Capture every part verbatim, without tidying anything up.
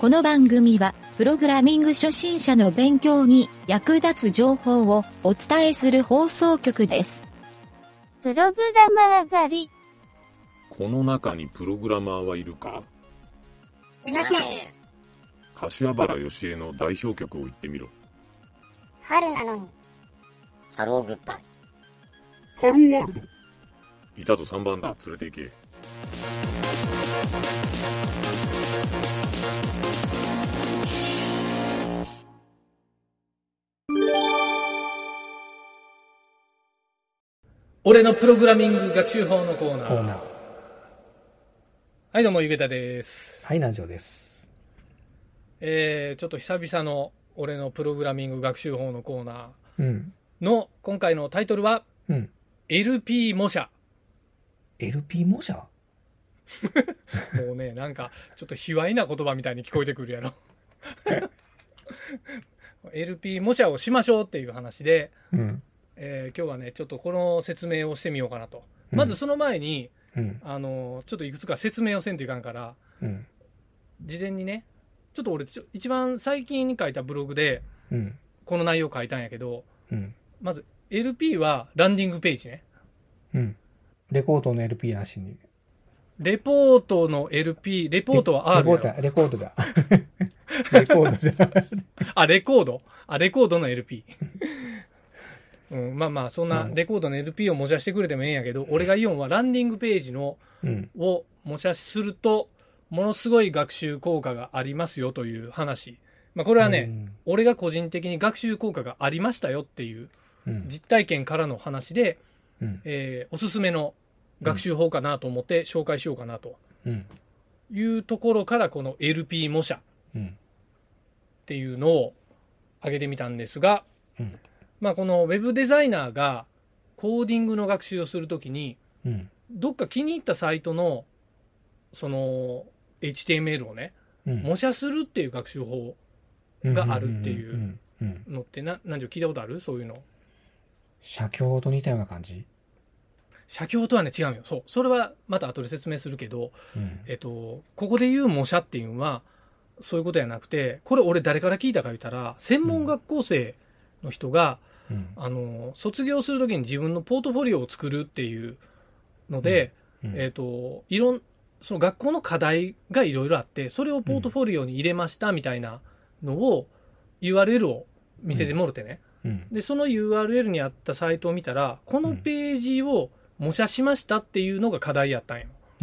の番組は、プログラミング初心者の勉強に役立つ情報をお伝えする放送局です。 プログラマー狩り。 この中にプログラマーはいるか？ いません。 柏原芳恵の代表曲を言ってみろ。 春なのに。ハローグッバイ。 ハローワールド。いたとさんばんだ、連れて行け。 俺のプログラミング学習法のコーナー。 コーナー。 はい、どうも、ゆげたです。 はい、南條です。 えー、ちょっと久々の俺のプログラミング学習法のコーナーの今回のタイトルは、 うん、 エルピー 模写。 エルピー 模写もうね、なんか、ちょっと卑猥な言葉みたいに聞こえてくるやろ。エルピー 模写をしましょうっていう話で、 うんえー、今日はねちょっとこの説明をしてみようかなと、うん、まずその前に、うん、あのちょっといくつか説明をせんといかんから、うん、事前にねちょっと俺ちょ一番最近に書いたブログで、うん、この内容を書いたんやけど、うん、まず エルピー はランディングページね、 うん、レポートの エルピー なしにレポートの エルピー レポートは R やレコードだレコードじゃあレコードあレコードの エルピーうん、まあまあそんなレコードの エルピー を模写してくれてもええんやけど、うん、俺が言うんはランディングページの、うん、を模写するとものすごい学習効果がありますよという話、まあ、これはね、うん、俺が個人的に学習効果がありましたよっていう実体験からの話で、うんえー、おすすめの学習法かなと思って紹介しようかなというところからこの エルピー 模写っていうのを挙げてみたんですが、うんまあ、このウェブデザイナーがコーディングの学習をするときに、うん、どっか気に入ったサイトのその エイチティーエムエル をね、うん、模写するっていう学習法があるっていうのってな何時聞いたことある？そういうの。 写経と似たような感じ？ 写経とはね違うよ。そう。それはまた後で説明するけど、うん、えっとここで言う模写っていうのはそういうことじゃなくて、これ俺誰から聞いたか言ったら専門学校生の人が、うん、あの卒業するときに自分のポートフォリオを作るっていうので、うんうん、えーと、いろんその学校の課題がいろいろあってそれをポートフォリオに入れましたみたいなのを、うん、ユーアールエル を見せてもろてね、うん、でその ユーアールエル にあったサイトを見たらこのページを模写しましたっていうのが課題やったんよ、うん、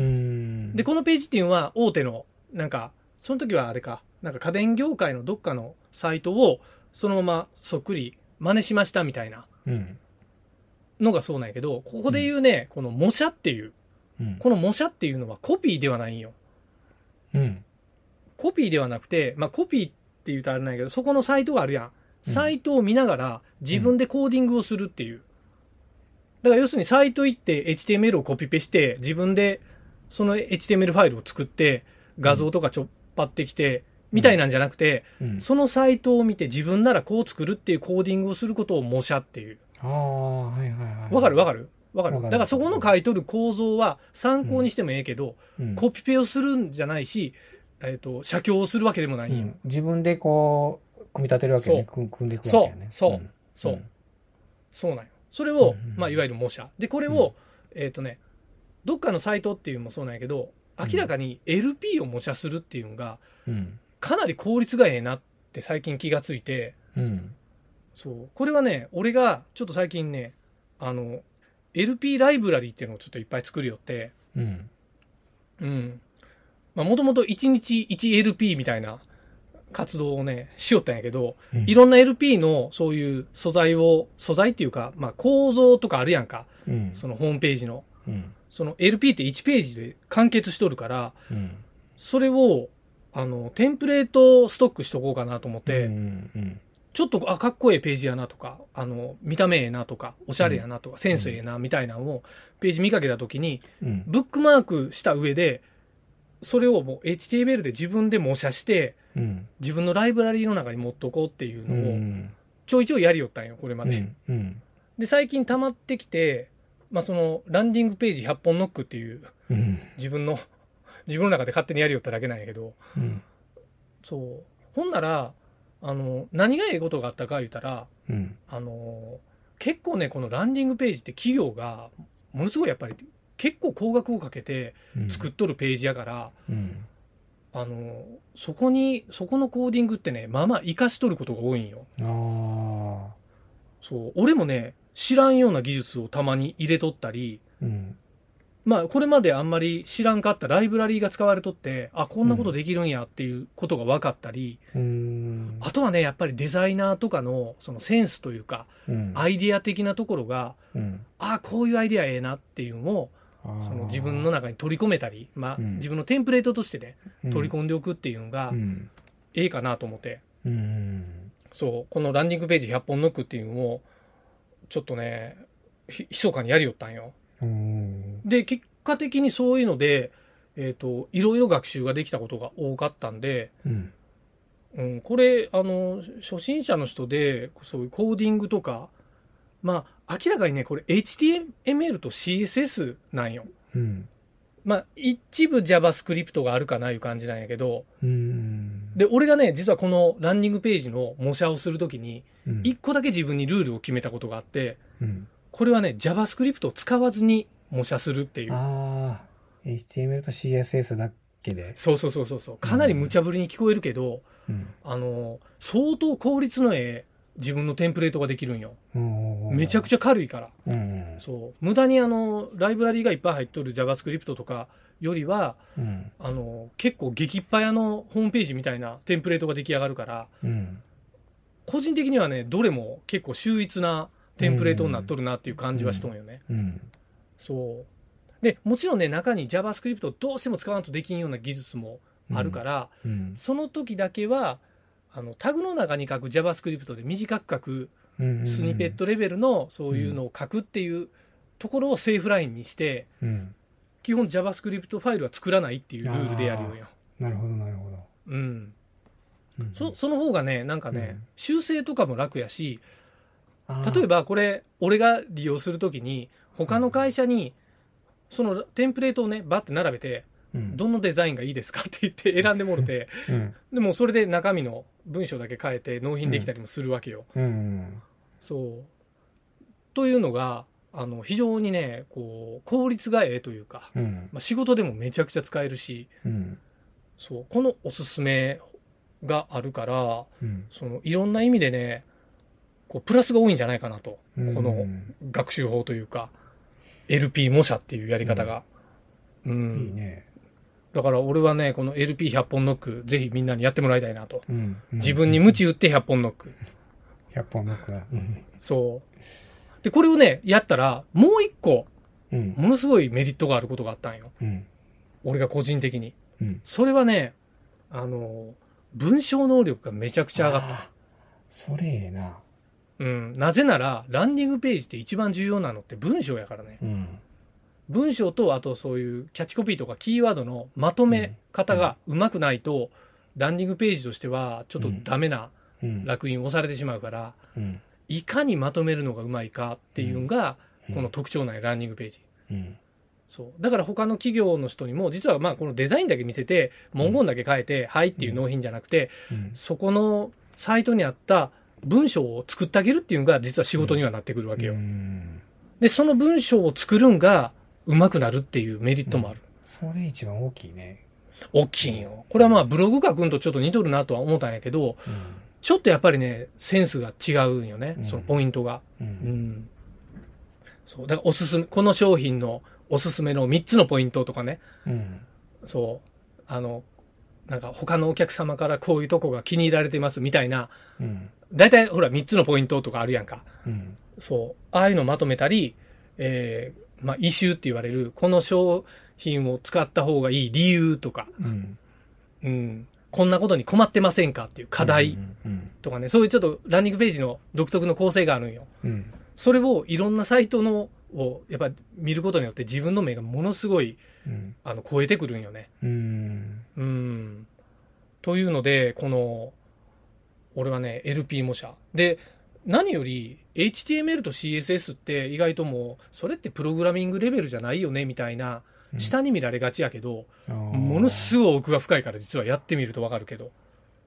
でこのページっていうのは大手のなんかその時はあれかなんか家電業界のどっかのサイトをそのままそっくり真似しましたみたいなのがそうなんやけど、ここで言うね、うん、この模写っていう、うん、この模写っていうのはコピーではないんよ、うん、コピーではなくて、まあ、コピーって言うとあれなんやけどそこのサイトがあるやん、サイトを見ながら自分でコーディングをするっていう、だから要するにサイト行って エイチティーエムエル をコピペして自分でその エイチティーエムエル ファイルを作って画像とかちょっぱってきて、みたいなんじゃなくて、うん、そのサイトを見て自分ならこう作るっていうコーディングをすることを模写っていう。 ああ、はいはいはい。 わかるわかるわかる。だからそこの書いとる構造は参考にしてもええけど、うん、コピペをするんじゃないし、えっと、写経をするわけでもないんよ、うん。 自分でこう、組み立てるわけね。組んでいくわけね。 そう、そう、うん、そう。そうなんよ。それを、うん、まあ、いわゆる模写。で、これを、うん、えっとね、どっかのサイトっていうのもそうなんやけど、明らかに エルピー を模写するっていうのが、うんかなり効率がええなって最近気がついて、うん、そうこれはね俺がちょっと最近ねあの エルピー ライブラリーっていうのをちょっといっぱい作るよって、うんうんまあ、もともといちにちいちエルピー みたいな活動をねしよったんやけど、うん、いろんな エルピー のそういう素材を素材っていうか、まあ、構造とかあるやんか、うん、そのホームページの、うん、その エルピー っていちページで完結しとるから、うん、それをあのテンプレートストックしとこうかなと思って、うんうん、ちょっとあかっこええページやなとかあの見た目ええなとかおしゃれやなとか、うん、センスええなみたいなのをページ見かけた時に、うん、ブックマークした上でそれをもう エイチティーエムエル で自分で模写して、うん、自分のライブラリーの中に持っとこうっていうのをちょいちょいやりよったんよこれまで、うんうん、で最近溜まってきて、まあ、そのランディングページひゃっぽんノックっていう、うん、自分の自分の中で勝手にやりよっただけなんやけど、うん、 そう。ほんなら、あの、何がええことがあったか言ったら、 うん。 あの、結構ね、このランディングページって企業が、ものすごいやっぱり結構高額をかけて作っとるページやから、 うん。 あの、そこに、そこのコーディングってね、まあまあ活かしとることが多いんよ。 ああ。 そう。俺もね、知らんような技術をたまに入れとったり、 うん。 まあ、これまであんまり知らんかったライブラリーが使われとって、あ、こんなことできるんやっていうことが分かったり、 うん。 あとはね、やっぱりデザイナーとかのそのセンスというか、 うん。 アイディア的なところが、 うん。 あ、こういうアイディアええなっていうのを、その自分の中に取り込めたり、まあ、うん、自分のテンプレートとしてね、取り込んでおくっていうのが、ええかなと思って、 うん。 そう、このランディングページひゃっぽんノックっていうのを、ちょっとね、ひ、密かにやりよったんよ。 うん。 で、結果的にそういうので、えっと、いろいろ学習ができたことが多かったんで、 うんうん、これ、あの、初心者の人で、そういうコーディングとか、まあ、明らかにね、これ エイチティーエムエル と シーエスエス なんよ。 うん。 まあ、一部 JavaScript があるかないう感じなんやけど、 うん。 で、俺がね、実はこのランディングページの模写をするときに、一個だけ自分にルールを決めたことがあって、 うん、 これはね、JavaScript を使わずに模写するっていう。 ああ、エイチティーエムエル と シーエスエス だけで。 そうそうそうそう。かなり無茶ぶりに聞こえるけど、うん、あの、相当効率のええ自分のテンプレートができるんよ。めちゃくちゃ軽いから。 うん、 そう。無駄にあの、ライブラリーがいっぱい入っとる JavaScript とかよりは、 うん、 あの、結構激っぱやのホームページみたいなテンプレートが出来上がるから、 うん、 個人的にはね、どれも結構秀逸なテンプレートになっとるなっていう感じはしとんよね。 うんうん、 そう。で、もちろんね、中に JavaScript をどうしても使わんとできんような技術もあるから、 うんうん、 その時だけは、あの、タグの中に書く JavaScript で短く書く、スニペットレベルのそういうのを書くっていうところをセーフラインにして、 うん、 基本 JavaScript ファイルは作らないっていうルールでやるよ。 なるほど、なるほど。 うん。うん、そ, その方がね、なんかね、うん、修正とかも楽やし、例えばこれ、俺が利用するときに、他の会社に、そのテンプレートをね、バッて並べて、うん、どのデザインがいいですかって言って選んでもろて、うん、でもそれで中身の文章だけ変えて納品できたりもするわけよ。 うんうん、 そう。というのが、あの、非常にね、こう、効率がええというか、 うんまあ、仕事でもめちゃくちゃ使えるし、 うん、 そう、このおすすめがあるから、 うん、 そのいろんな意味でね、こうプラスが多いんじゃないかなと、 うん、 この学習法というか、エルピー 模写っていうやり方が。うん。うん、 いいね。 だから俺はね、この エルピーひゃっぽんノック、ぜひみんなにやってもらいたいなと。 うん、 自分に鞭打ってひゃっぽんノック。 ひゃっぽんノックだ。 そう。で、これをね、やったら、もう一個、 うん、 ものすごいメリットがあることがあったんよ。 うん、 俺が個人的に。 うん、 それはね、あの、文章能力がめちゃくちゃ上がった。 それええな。 うん。なぜなら、ランディングページって一番重要なのって文章やからね。 うん、 文章と、あとそういうキャッチコピーとかキーワードのまとめ方がうまくないと、ランディングページとしてはちょっとダメな烙印を押されてしまうから、 うん、 いかにまとめるのがうまいかっていうのが、この特徴ないランディングページ。 うん、 そう。だから他の企業の人にも、実はまあこのデザインだけ見せて、文言だけ変えて、はいっていう納品じゃなくて、そこのサイトにあった文章を作ってあげるっていうのが実は仕事にはなってくるわけよ。 うん、 で、その文章を作るんが上手くなるっていうメリットもある。 うん、それ一番大きいね。 大きいんよ。これはまあブログ書くんとちょっと似とるなとは思ったんやけど、 うん、 ちょっとやっぱりね、センスが違うんよね。うん、そのポイントが。 うん。うん、 そう。だからおすすめ、この商品のおすすめのみっつのポイントとかね。 うん、 そう。あの、なんか他のお客様からこういうとこが気に入られてますみたいな。 うん、 だいたいほらみっつのポイントとかあるやんか。 うん、 そう。ああいうのまとめたり、えー、まあ、イシューって言われる、この商品を使った方がいい理由とか、 うん。 うん。こんなことに困ってませんかっていう課題とかね、そういうちょっとランディングページの独特の構成があるんよ。 うん。 それをいろんなサイトのをやっぱ見ることによって自分の目がものすごい、 うん、 あの超えてくるんよね。 うん。 うん。というので、この、俺はね、エルピー 模写。で、何より エイチティーエムエル と シーエスエス って意外ともう、それってプログラミングレベルじゃないよねみたいな、下に見られがちやけど、 うん、 ものすごい奥が深いから実はやってみるとわかるけど。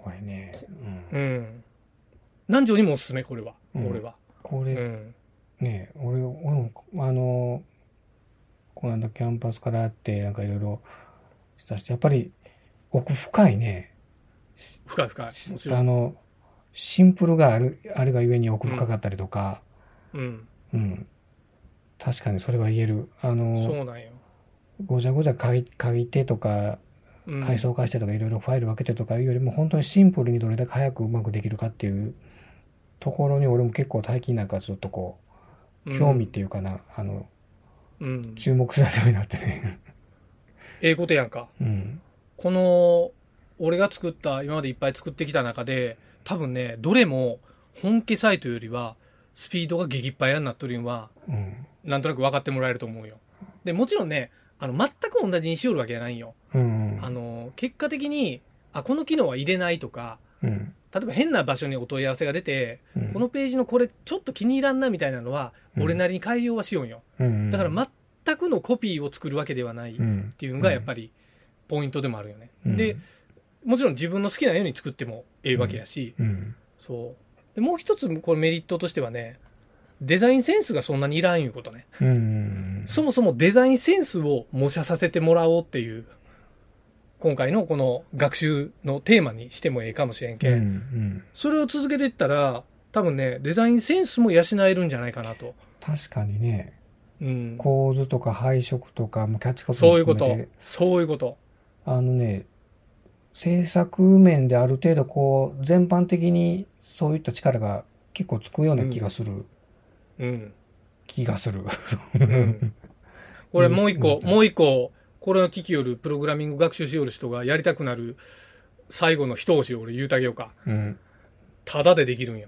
これね。 うん。うん、何条にもおすすめ、これは。うん、俺は。 これ、うん、ね俺、俺も、あの、この間キャンパスからあって、なんかいろいろしたして、やっぱり奥深いね。 深い深い。もちろん。 あの、シンプルがある、あるがゆえに奥深かったりとか、 うん。うん。 うん、確かにそれは言える。あの、 そうなんよ。 ごちゃごちゃ書い、書いてとか、階層化してとかいろいろファイル分けてとかいうよりも本当にシンプルにどれだけ早くうまくできるかっていうところに俺も結構最近なんかちょっとこう興味っていうかな、うん、あの、うん、注目されるようになってねええことやんか、うん、この俺が作った今までいっぱい作ってきた中で多分ねどれも本家サイトよりはスピードが激いっぱいになっとるんは、うん、なんとなく分かってもらえると思うよ。でもちろんねあの全く同じにしよるわけじゃないよ、うんうん、あの結果的にあこの機能は入れないとか、うん、例えば変な場所にお問い合わせが出て、うん、このページのこれちょっと気に入らんなみたいなのは、うん、俺なりに改良はしようよ、うん、だから全くのコピーを作るわけではないっていうのがやっぱりポイントでもあるよね、うん、でもちろん自分の好きなように作ってもええわけやし、うんうん、そうでもう一つこれメリットとしてはねデザインセンスがそんなにいらんいうことね、うんうんうん、そもそもデザインセンスを模写させてもらおうっていう今回のこの学習のテーマにしてもええかもしれんけん、うんうん、それを続けていったら多分ねデザインセンスも養えるんじゃないかなと。 確かにね、うん、構図とか配色とかもキャッチコピーそういうことそういうことあのね制作面である程度こう全般的にそういった力が結構つくような気がする、うんうん、気がする、うん、 これもう一個、うん、もう一個これを聞きよるプログラミング学習しよる人がやりたくなる最後の一押しを俺言うてあげようか、うん、ただでできるんよ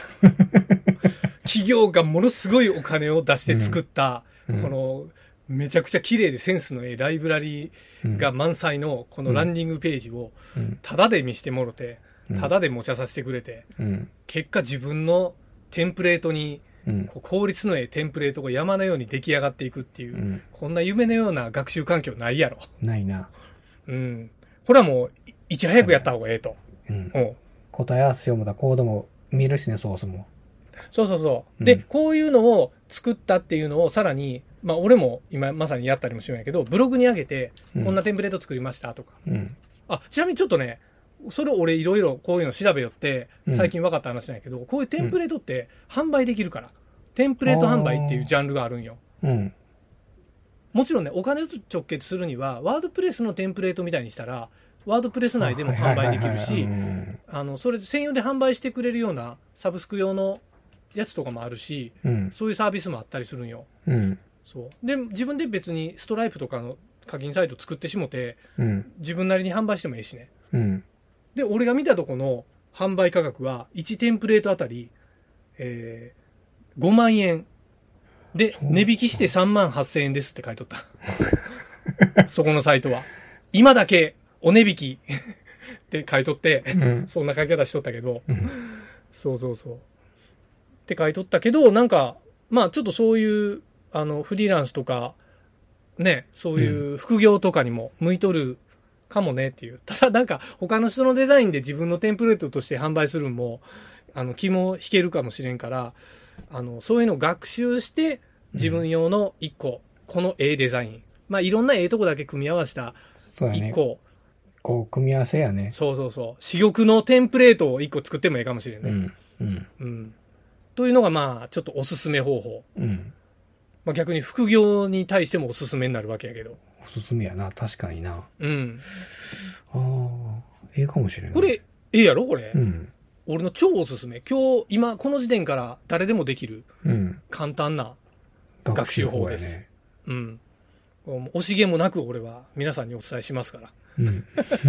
企業がものすごいお金を出して作った、うん、このめちゃくちゃ綺麗でセンスのええライブラリーが満載のこのランディングページをただで見してもろてただで模写させてくれて、うん、結果自分のテンプレートにうん、こう効率のええテンプレートが山のように出来上がっていくっていう、うん、こんな夢のような学習環境ないやろ。 ないな。 うん。これはもういち早くやった方がええと。 うん。うん、答え合わせようもだコードも見るしねソースも。 そうそうそう。うん、でこういうのを作ったっていうのをさらにまあ俺も今まさにやったりもしようんやけどブログに上げて、うん、こんなテンプレート作りましたとか。うん。あちなみにちょっとね。それを俺いろいろこういうの調べよって最近分かった話なんやけど、うん、こういうテンプレートって販売できるから。テンプレート販売っていうジャンルがあるんよ、うん、もちろんねお金と直結するにはワードプレスのテンプレートみたいにしたらワードプレス内でも販売できるしあのそれ専用で販売してくれるようなサブスク用のやつとかもあるし、うん、そういうサービスもあったりするんよ、うん、そうで自分で別にストライプとかの課金サイト作ってしもて、うん、自分なりに販売してもいいしね、うん、で俺が見たとこの販売価格はいちテンプレートあたり、えーごまんえんで値引きしてさんまんはっせんえんですって書いとったそこのサイトは今だけお値引きって書いとって、うん、そんな書き方しとったけど、うん、そうそうそうって書いとったけどなんかまあちょっとそういうあのフリーランスとかねそういう副業とかにも向いとるかもねっていう、ただなんか他の人のデザインで自分のテンプレートとして販売するのもあの気も引けるかもしれんからあのそういうのを学習して自分用のいっこ、うん、この A デザインまあいろんな A とこだけ組み合わせたいっこ、ね、 こう組み合わせやねそうそうそう珠玉のテンプレートをいっこ作ってもいいかもしれんね、うんうんうん、というのがまあちょっとおすすめ方法、うんまあ、逆に副業に対してもおすすめになるわけやけどおすすめやな確かになうんああええかもしれないこれええやろこれ、うん俺の超おすすめ今日今この時点から誰でもできる、うん、簡単な学習法です、うん、惜しげもなく俺は皆さんにお伝えしますから、うん、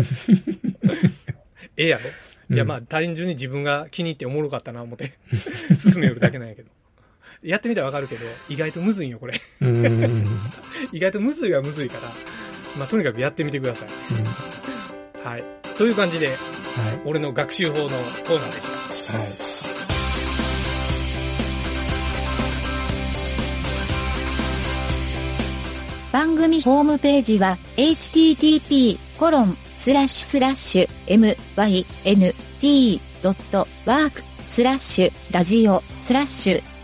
ええやろ、うん、いやまあ単純に自分が気に入っておもろかったな思って進めるだけなんやけどやってみたらわかるけど意外とむずいんよこれ意外とむずいはむずいからまあとにかくやってみてください、うん、はいという感じではい、俺の学習法のコーナーでした。はい。 番組ホームページは エイチティーティーピーコロンスラッシュスラッシュ mynt.work スラッシュラジオスラッシュ